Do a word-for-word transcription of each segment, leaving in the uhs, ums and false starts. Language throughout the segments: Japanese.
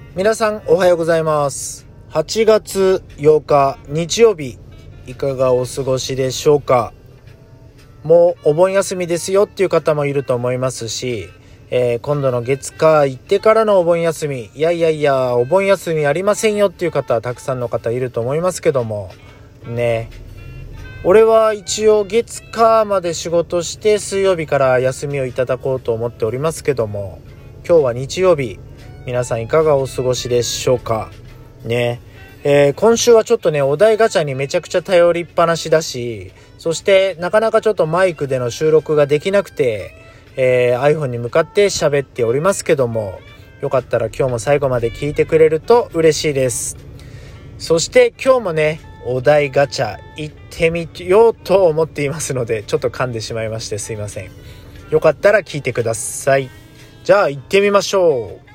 皆さんおはようございます。はちがつようか日曜日、いかがお過ごしでしょうか。もうお盆休みですよっていう方もいると思いますし、えー、今度の月火行ってからのお盆休み、いやいやいやお盆休みありませんよっていう方はたくさんの方いると思いますけどもね、俺は一応月火まで仕事して水曜日から休みをいただこうと思っておりますけども、今日は日曜日、皆さんいかがお過ごしでしょうかね。えー、今週はちょっとねお題ガチャにめちゃくちゃ頼りっぱなしだし、そしてなかなかちょっとマイクでの収録ができなくて、えー、iPhone に向かって喋っておりますけども、よかったら今日も最後まで聞いてくれると嬉しいです。そして今日もねお題ガチャ行ってみようと思っていますので、ちょっと噛んでしまいましてすいません。よかったら聞いてください。じゃあ行ってみましょう。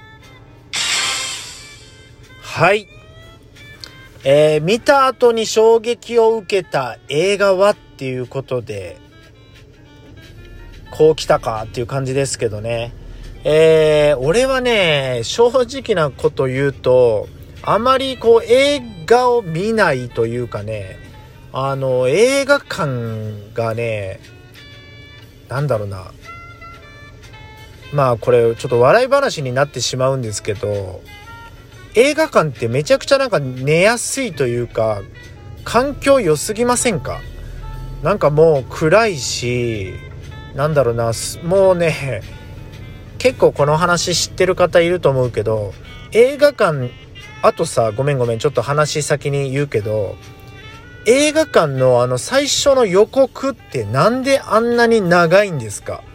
はい、えー、見た後に衝撃を受けた映画はっていうことで、こう来たかっていう感じですけどね。えー、俺はね正直なこと言うと、あまりこう映画を見ないというかね、あの映画館がね、なんだろうな、まあこれちょっと笑い話になってしまうんですけど、映画館ってめちゃくちゃなんか寝やすいというか、環境良すぎませんか？なんかもう暗いし、なんだろうな、もうね結構この話知ってる方いると思うけど、映画館、あとさ、ごめんごめんちょっと話先に言うけど、映画館のあの最初の予告ってなんであんなに長いんですか？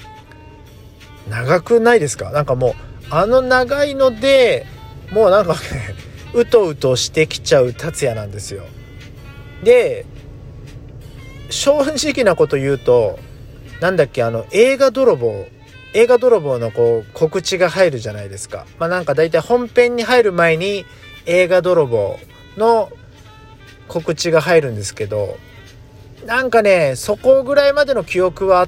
長くないですか？なんかもうあの長いのでもうなんかねうとうとしてきちゃう達也なんですよ。で、正直なこと言うと、なんだっけ、あの映画泥棒映画泥棒のこう告知が入るじゃないですか。まあなんかだいたい本編に入る前に映画泥棒の告知が入るんですけど、なんかねそこぐらいまでの記憶はあって、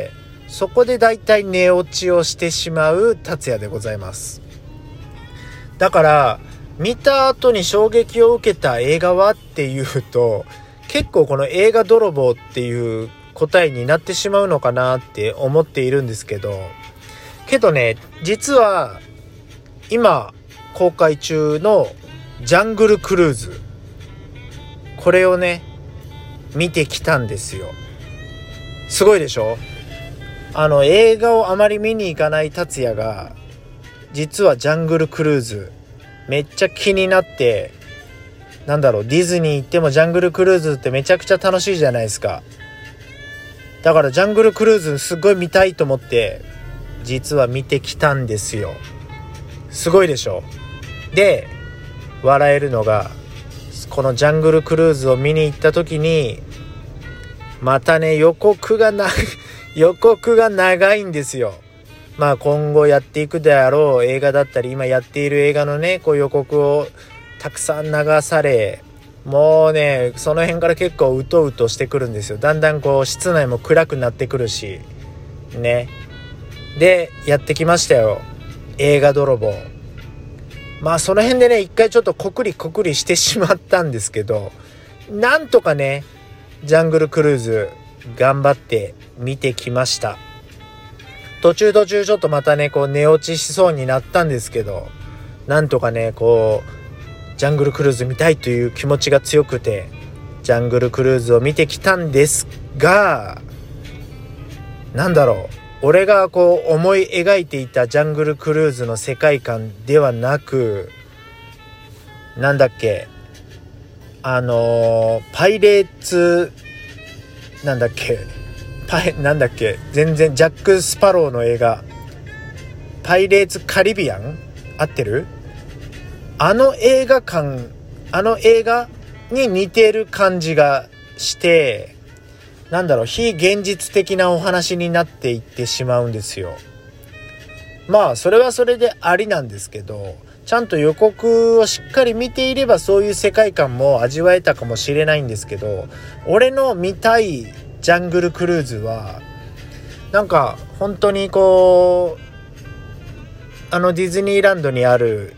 そこでだいたい寝落ちをしてしまう達也でございます。だから見た後に衝撃を受けた映画はっていうと、結構この映画泥棒っていう答えになってしまうのかなって思っているんですけど、けどね実は今公開中のジャングルクルーズ、これをね見てきたんですよ。すごいでしょ？あの映画をあまり見に行かない達也が、実はジャングルクルーズめっちゃ気になって、なんだろう、ディズニー行ってもジャングルクルーズってめちゃくちゃ楽しいじゃないですか。だからジャングルクルーズすごい見たいと思って実は見てきたんですよ。すごいでしょ？で、笑えるのが、このジャングルクルーズを見に行った時にまたね予告がな予告が長いんですよ。まあ今後やっていくであろう映画だったり、今やっている映画のねこう予告をたくさん流され、もうねその辺から結構うとうとしてくるんですよ。だんだんこう室内も暗くなってくるしね。でやってきましたよ、映画泥棒。まあその辺でね一回ちょっとコクリコクリしてしまったんですけど、なんとかねジャングルクルーズ頑張って見てきました。途中途中ちょっとまたねこう寝落ちしそうになったんですけど、なんとかねこうジャングルクルーズ見たいという気持ちが強くてジャングルクルーズを見てきたんですが、なんだろう、俺がこう思い描いていたジャングルクルーズの世界観ではなく、なんだっけ、あのー、パイレーツなんだっけパイなんだっけ全然ジャック・スパローの映画パイレーツ・カリビアン合ってる？あの映画館あの映画に似てる感じがして、なんだろう、非現実的なお話になっていってしまうんですよ。まあそれはそれでありなんですけど、ちゃんと予告をしっかり見ていればそういう世界観も味わえたかもしれないんですけど、俺の見たいジャングルクルーズはなんか本当にこうあのディズニーランドにある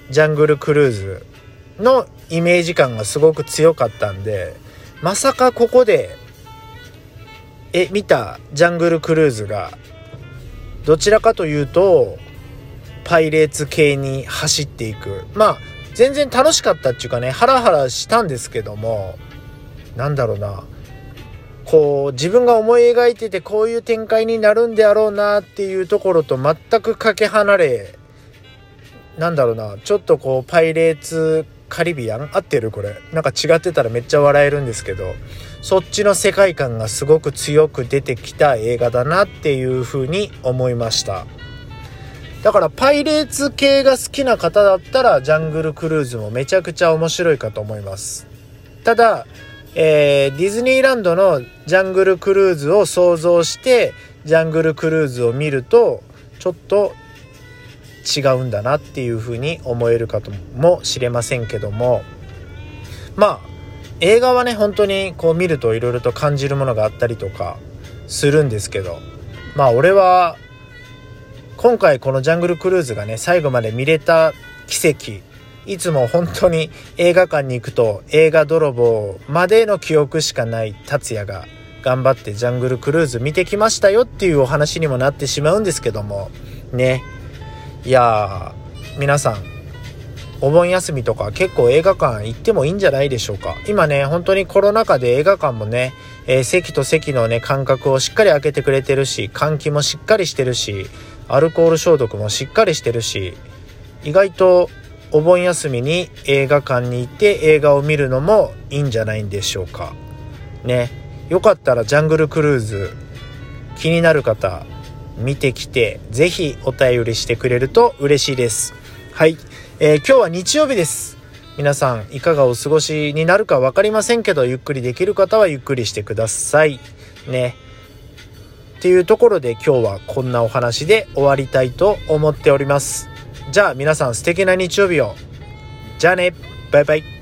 ジャングルクルーズのイメージ感がすごく強かったんで、まさかここでえ見たジャングルクルーズがどちらかというとパイレーツ系に走っていく、まあ全然楽しかったっていうかね、ハラハラしたんですけども、なんだろうな、こう自分が思い描いててこういう展開になるんであろうなっていうところと全くかけ離れ、なんだろうな、ちょっとこうパイレーツカリビアン合ってる、これなんか違ってたらめっちゃ笑えるんですけど、そっちの世界観がすごく強く出てきた映画だなっていう風に思いました。だからパイレーツ系が好きな方だったらジャングルクルーズもめちゃくちゃ面白いかと思います。ただ、えー、ディズニーランドのジャングルクルーズを想像してジャングルクルーズを見るとちょっと違うんだなっていう風に思えるかともしれませんけども、まあ映画はね本当にこう見るといろいろと感じるものがあったりとかするんですけど、まあ俺は今回このジャングルクルーズがね最後まで見れた奇跡、いつも本当に映画館に行くと映画泥棒までの記憶しかない達也が頑張ってジャングルクルーズ見てきましたよっていうお話にもなってしまうんですけどもね。いやー、皆さんお盆休みとか結構映画館行ってもいいんじゃないでしょうか。今ね本当にコロナ禍で映画館もね、えー、席と席のね間隔をしっかり空けてくれてるし、換気もしっかりしてるし、アルコール消毒もしっかりしてるし、意外とお盆休みに映画館に行って映画を見るのもいいんじゃないんでしょうかね。よかったらジャングルクルーズ気になる方見てきて、ぜひお便りしてくれると嬉しいです。はい、えー、今日は日曜日です。皆さんいかがお過ごしになるか分かりませんけど、ゆっくりできる方はゆっくりしてくださいね。っていうところで今日はこんなお話で終わりたいと思っております。じゃあ皆さん素敵な日曜日を。じゃあね、バイバイ。